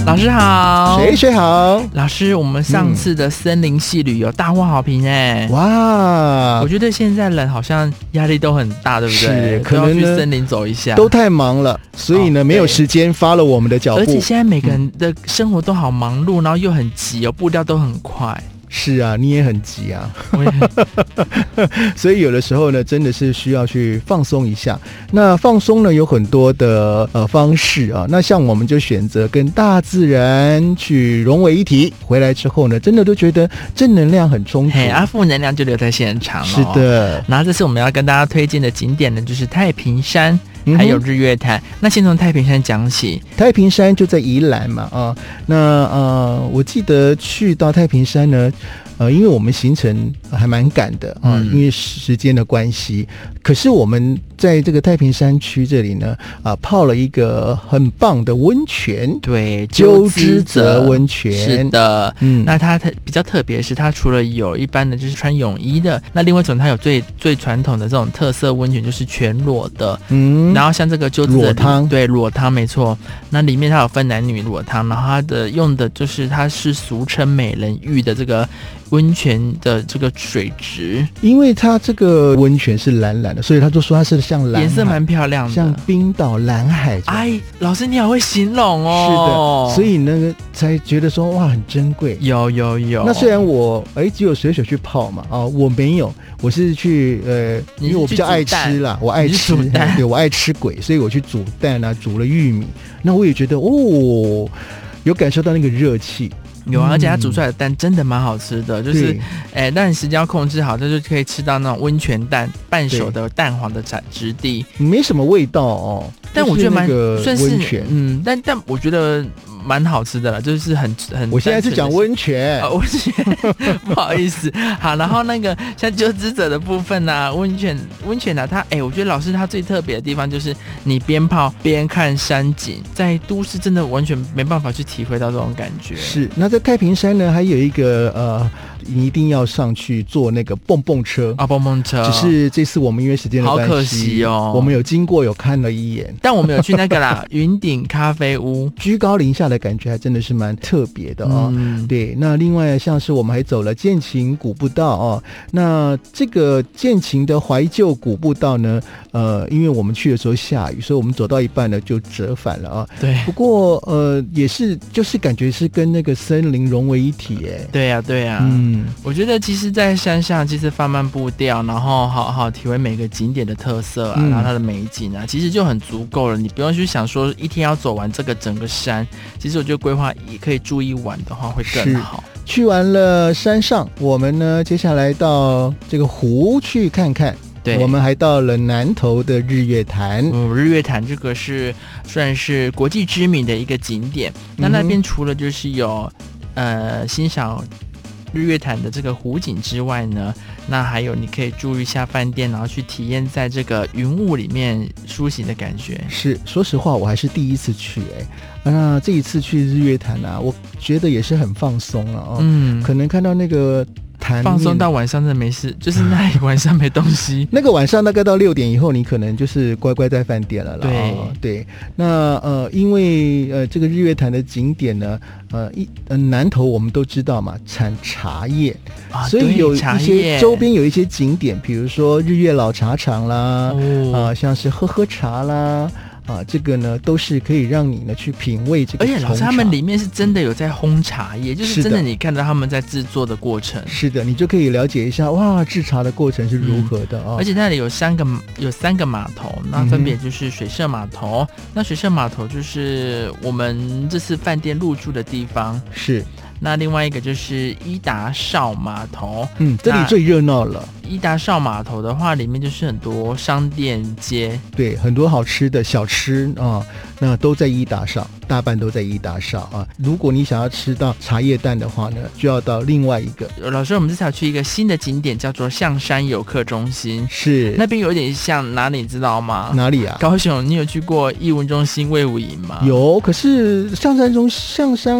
老师好。 谁好？ 老师，我们上次的森林系旅游大获好评哎！ 哇， 我觉得现在人好像压力都很大，对不对？ 是，可能都要去森林走一下， 都太忙了，所以呢，没有时间follow我们的脚步。 而且现在每个人的生活都好忙碌，然后又很急哦，步调都很快。 是啊，你也很急啊， 我也很所以有的时候呢，真的是需要去放松一下。那放松呢，有很多的方式啊。那像我们就选择跟大自然去融为一体，回来之后呢，真的都觉得正能量很充足， 负能量就留在现场。 是的。 然后这次我们要跟大家推荐的景点呢，就是太平山。还有日月潭，那先从太平山讲起。 太平山就在宜兰嘛，我记得去到太平山呢，因为我们行程还蛮赶的啊，因为时间的关系。可是我们在这个太平山区这里呢，泡了一个很棒的温泉， 对， 鸠之泽温泉。 是的，那它比较特别是，它除了有一般的就是穿泳衣的，那另外一种它有最传统的这种特色温泉，就是全裸的，然后像这个鸠之泽裸汤， 对，裸汤没错。那里面它有分男女裸汤，然后它的用的就是它是俗称美人浴的这个温泉的这个水质， 因为它这个温泉是蓝蓝的，所以他就说它是像蓝海， 颜色蛮漂亮的， 像冰岛蓝海。 哎，老师你好会形容哦。 是的，所以那个才觉得说哇很珍贵。 有。 那虽然我只有水去泡嘛，我没有，我是去因为我比较爱吃啦，我爱吃蛋，对，我爱吃鬼，所以我去煮蛋啊，煮了玉米，那我也觉得有感受到那个热气。 有而且它煮出来的蛋真的蛮好吃的，就是但你时间要控制好，这就可以吃到那种温泉蛋半熟的蛋黄的质地， 没什么味道哦， 但我觉得蛮算是温泉， 但我觉得蛮好吃的啦，就是很。 我现在是讲温泉， 温泉，不好意思。好，然后那个像鸠之泽的部分啊，温泉啊，它我觉得老师他最特别的地方就是你边泡边看山景，在都市真的完全没办法去体会到这种感觉。 是，那在太平山呢，还有一个你一定要上去坐那个蹦蹦车啊，蹦蹦车。 只是这次我们因为时间的关系， 好可惜哦， 我们有经过有看了一眼， 但我们有去那个啦，云顶咖啡屋， 居高临下的感觉还真的是蛮特别的哦。对，那另外像是我们还走了健行古步道哦，那这个健行的怀旧古步道呢，因为我们去的时候下雨，所以我们走到一半呢就折返了啊。 对， 不过也是就是感觉是跟那个森林融为一体耶。 对呀，我觉得其实在山上其实放慢步调，然后好好体会每个景点的特色啊，然后它的美景啊，其实就很足够了，你不用去想说一天要走完这个整个山，其实我觉得规划也可以住一晚的话会更好。 去完了山上，我们呢接下来到这个湖去看看。对，我们还到了南投的日月潭。 日月潭这个是算是国际知名的一个景点。那边除了就是有欣赏日月潭的这个湖景之外呢，那还有你可以住一下饭店，然后去体验在这个云雾里面苏醒的感觉。 是，说实话我还是第一次去那这一次去日月潭啊，我觉得也是很放松了可能看到那个放松到晚上真的没事，就是那晚上没东西。 那个晚上大概到6点以后，你可能就是乖乖在饭店了啦。对，那因为这个日月潭的景点呢，南投我们都知道嘛，产茶叶所以有一些周边有一些景点，比如说日月老茶厂啦，像是喝茶啦。这个呢都是可以让你呢去品味这个红茶，而且老师他们里面是真的有在烘茶叶，就是真的你看到他们在制作的过程。 是的，你就可以了解一下哇制茶的过程是如何的而且那里有三个码头，那分别就是水社码头，那水社码头就是我们这次饭店入住的地方。 是。 那另外一个就是伊达邵码头， 这里最热闹了。 伊达邵码头的话，里面就是很多商店街， 对，很多好吃的小吃那都在伊达邵，大半都在伊达邵如果你想要吃到茶叶蛋的话呢，就要到另外一个。 老师，我们这次要去一个新的景点，叫做象山游客中心。 是， 那边有点像哪里，你知道吗？ 哪里啊？ 高雄，你有去过艺文中心卫武营吗？ 有，可是象山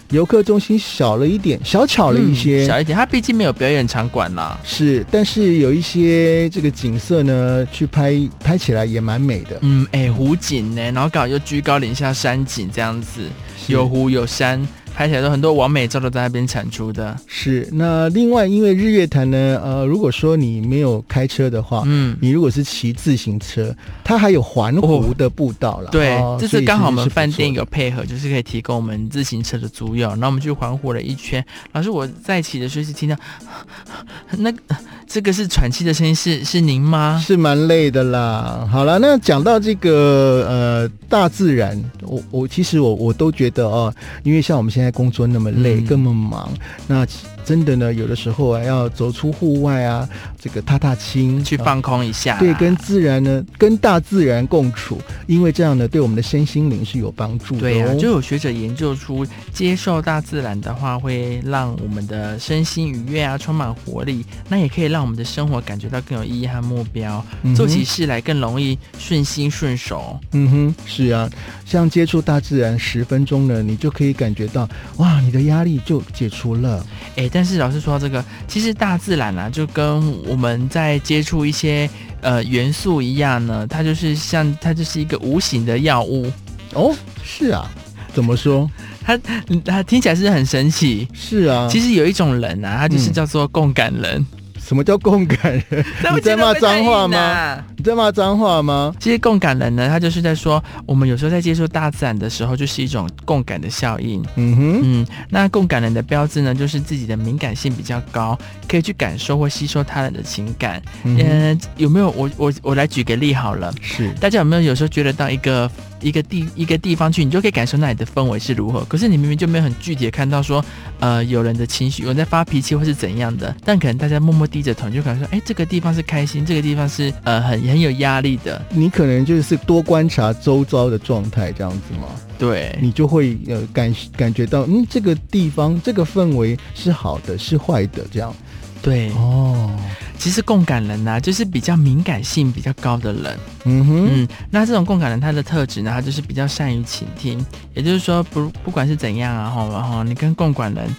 游客中心小了一点，小巧了一些， 小一点。它毕竟没有表演场馆啦， 是，但是有一些这个景色呢，去拍起来也蛮美的。 湖景呢，然后刚好又居高临下山景这样子，有湖有山。拍起来都很多完美照都在那边产出的。是， 那另外因为日月潭呢，如果说你没有开车的话，你如果是骑自行车，它还有环湖的步道啦。 对，这次刚好我们饭店有配合，就是可以提供我们自行车的租用，然后我们去环湖了一圈。老师，我在骑的时候是听到那个这个是喘气的声音，是您吗？是蛮累的啦。好了，那讲到这个大自然，我其实我都觉得因为像我们现在工作那么累，那么忙，那真的呢，有的时候要走出户外啊，这个踏踏青，去放空一下，对，跟自然呢，跟大自然共处，因为这样呢，对我们的身心灵是有帮助的。对啊，就有学者研究出，接受大自然的话，会让我们的身心愉悦啊，充满活力，那也可以让我们的生活感觉到更有意义和目标，做起事来更容易顺心顺手。是啊，像接触大自然10分钟呢，你就可以感觉到，哇，你的压力就解除了。但是老师说到这个，其实大自然啊，就跟我们在接触一些元素一样呢，它就是一个无形的药物。是啊，怎么说？它听起来是很神奇。是啊，其实有一种人啊，他就是叫做共感人。什么叫共感人？你在骂脏话吗？你在骂脏话吗？其实共感人呢，他就是在说，我们有时候在接触大自然的时候，就是一种共感的效应。那共感人的标志呢，就是自己的敏感性比较高，可以去感受或吸收他人的情感。有没有？我来举个例好了。是，大家有时候觉得到一个地方去，你就可以感受那里的氛围是如何，可是你明明就没有很具体的看到说有人的情绪，有人在发脾气或是怎样的，但可能大家默默低着头，就可能说这个地方是开心，这个地方是很有压力的。你可能就是多观察周遭的状态这样子吗？对，你就会感觉到这个地方这个氛围是好的是坏的这样。对其实共感人啊，就是比较敏感性比较高的人。那这种共感人他的特质呢，他就是比较善于倾听，也就是说不管是怎样啊，你跟共感人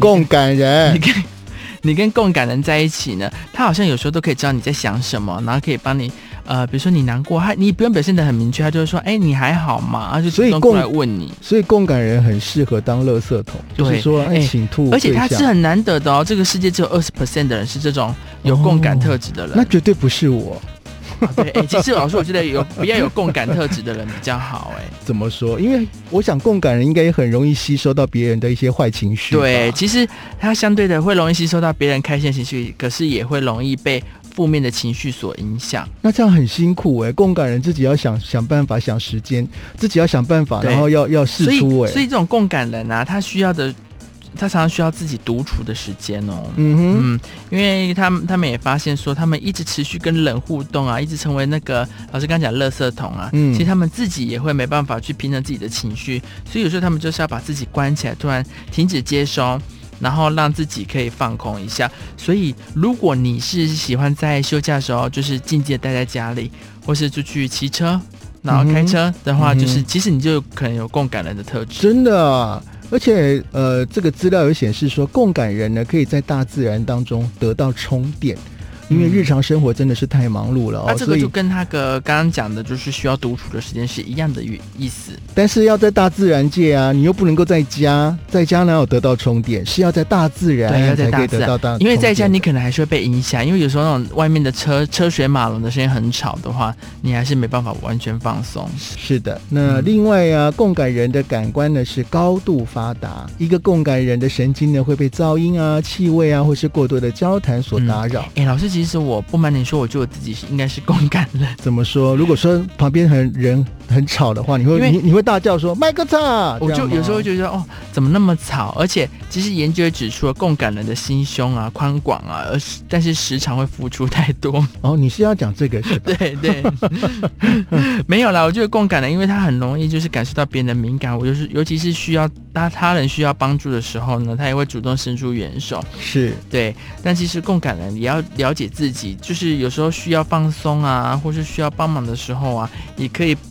你跟共感人在一起呢，他好像有时候都可以知道你在想什么，然后可以帮你比如说你难过，你不用表现得很明确，他就会说你还好吗？他就主动过来问你。所以共感人很适合当垃圾桶，就是说倾吐，而且他是很难得的这个世界只有20% 的人是这种有共感特质的人。那绝对不是我。对，其实老师我觉得比较有共感特质的人比较好。怎么说？因为我想共感人应该也很容易吸收到别人的一些坏情绪。对，其实他相对的会容易吸收到别人开心的情绪，可是也会容易被负面的情绪所影响。那这样很辛苦共感人自己要想办法，想时间，自己要想办法，然后要释出。所以这种共感人啊，他常常需要自己独处的时间因为他们也发现说，他们一直持续跟人互动啊，一直成为那个老师刚讲垃圾桶啊，其实他们自己也会没办法去平衡自己的情绪，所以有时候他们就是要把自己关起来，突然停止接收，然后让自己可以放空一下。所以如果你是喜欢在休假的时候就是静静的待在家里，或是出去骑车然后开车的话，就是其实你就可能有共感人的特质。真的啊，而且这个资料有显示说，共感人呢可以在大自然当中得到充电。因为日常生活真的是太忙碌了这个就跟他刚刚讲的就是需要独处的时间是一样的意思。但是要在大自然界啊，你又不能够在家哪有得到充电，是要在大自然才可以得到因为在家你可能还是会被影响，因为有时候那种外面的车水马龙的声音很吵的话，你还是没办法完全放松。是的，那另外啊，共感人的感官呢是高度发达，一个共感人的神经呢会被噪音啊、气味啊或是过多的交谈所打扰。老师其实我不瞒你说，我觉得我自己应该是共感人。怎么说？如果说旁边人很吵的话，你会大叫说麦克吵，我就有时候会觉得怎么那么吵？而且其实研究也指出了共感人的心胸啊、宽广啊，但是时常会付出太多。你是要讲这个是吧？对没有啦，我觉得共感人因为他很容易就是感受到别人的敏感，尤其是需要他人需要帮助的时候呢，他也会主动伸出援手。是对，但其实共感人也要了解自己，就是有时候需要放松啊，或是需要帮忙的时候啊，也可以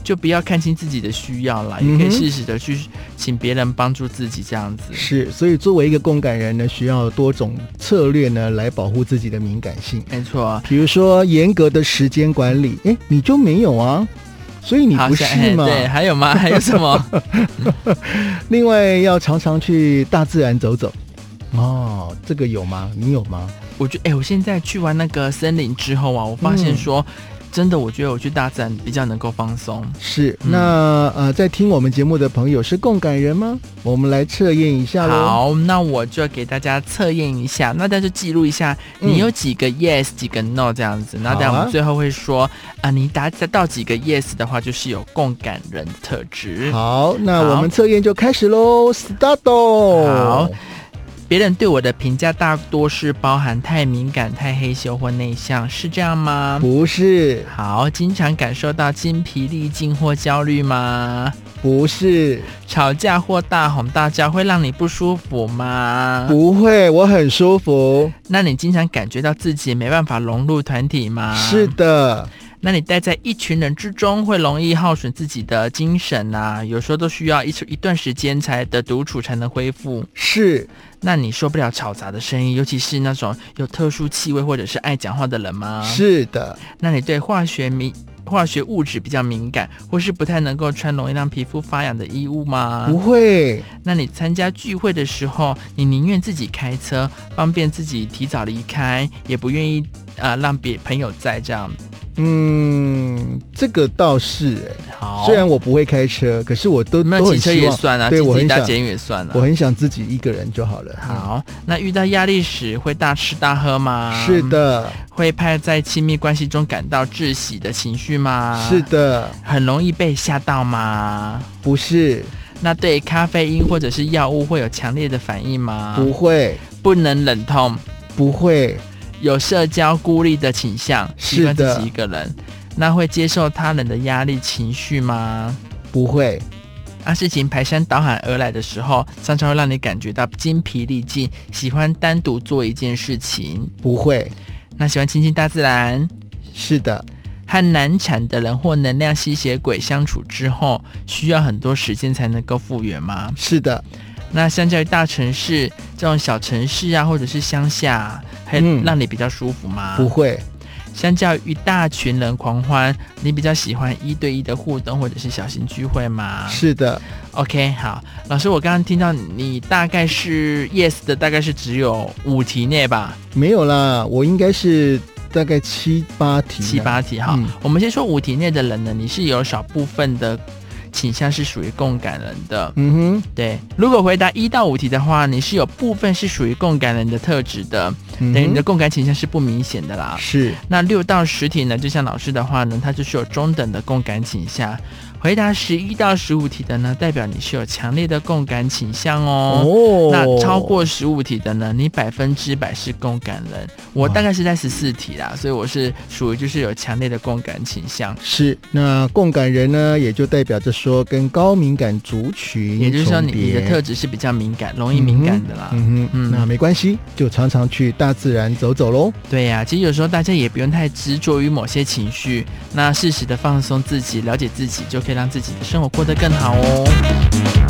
就不要看清自己的需要啦，也可以适时的去请别人帮助自己这样子。 是，所以作为一个共感人呢，需要多种策略呢来保护自己的敏感性。 没错， 比如说严格的时间管理，你就没有啊，所以你不是嘛？ 对，还有吗？还有什么？ 另外要常常去大自然走走。哦，这个有吗？你有吗？ 我觉得，我现在去完那个森林之后啊，我发现说，真的，我觉得我去大自然比较能够放松。 是，那在听我们节目的朋友是共感人吗？我们来测验一下咯。 好，那我就给大家测验一下，那大家就记录一下，你有几个 yes，几个 no 这样子。那等下我们最后会说，你答到几个 yes 的话，就是有共感人特质。 好，那我们测验就开始咯 ，start。 好。别人对我的评价大多是包含太敏感、太害羞或内向，是这样吗？ 不是。 好，经常感受到精疲力尽或焦虑吗？ 不是。 吵架或大吼大叫会让你不舒服吗？ 不会，我很舒服。 那你经常感觉到自己没办法融入团体吗？ 是的。 那你待在一群人之中会容易耗损自己的精神啊，有时候都需要一段时间才的独处才能恢复。 是。 那你受不了嘈杂的声音，尤其是那种有特殊气味或者是爱讲话的人吗？ 是的。 那你对化学物质比较敏感，或是不太能够穿容易让皮肤发痒的衣物吗？ 不会。 那你参加聚会的时候，你宁愿自己开车，方便自己提早离开，也不愿意让朋友在这样。 这个倒是好。 虽然我不会开车，可是我都很希望， 骑车也算啊， 对，我很想搭捷运也算啊。 我很想自己一个人就好了。 好，那遇到压力时会大吃大喝吗？ 是的。 会怕在亲密关系中感到窒息的情绪吗？ 是的。 很容易被吓到吗？ 不是。 那对咖啡因或者是药物会有强烈的反应吗？ 不会。 不能忍痛？ 不会。 有社交孤立的倾向，习惯自己一个人。那会接受他人的压力情绪吗？ 不会。 事情排山倒海而来的时候，常常会让你感觉到精疲力尽，喜欢单独做一件事情。 不会。 那喜欢亲近大自然？ 是的。 和难产的人或能量吸血鬼相处之后，需要很多时间才能够复原吗？ 是的。 那相较于大城市，这种小城市啊，或者是乡下，会让你比较舒服吗？ 不会。 相较于大群人狂欢，你比较喜欢1对1的互动或者是小型聚会吗？ 是的。 OK， 好，老师，我刚刚听到你大概是 yes 的，大概是只有5题内吧？ 没有啦，我应该是大概7、8题。 7、8题，好，我们先说5题内的人呢，你是有少部分的倾向是属于共感人的。对。如果回答1到5题的话，你是有部分是属于共感人的特质的，等于你的共感倾向是不明显的啦。 是。 那6到10题呢，就像老师的话呢，它就是有中等的共感倾向。回答11到15题的呢，代表你是有强烈的共感倾向哦。那超过15题的呢，你100%是共感人。我大概是在14题啦，所以我是属于就是有强烈的共感倾向。 是。那共感人呢，也就代表着说跟高敏感族群， 也就是说你的特质是比较敏感，容易敏感的啦。 那没关系，就常常去大自然走走咯。 对呀，其实有时候大家也不用太执着于某些情绪，那适时的放松自己，了解自己，就可以让自己的生活过得更好哦。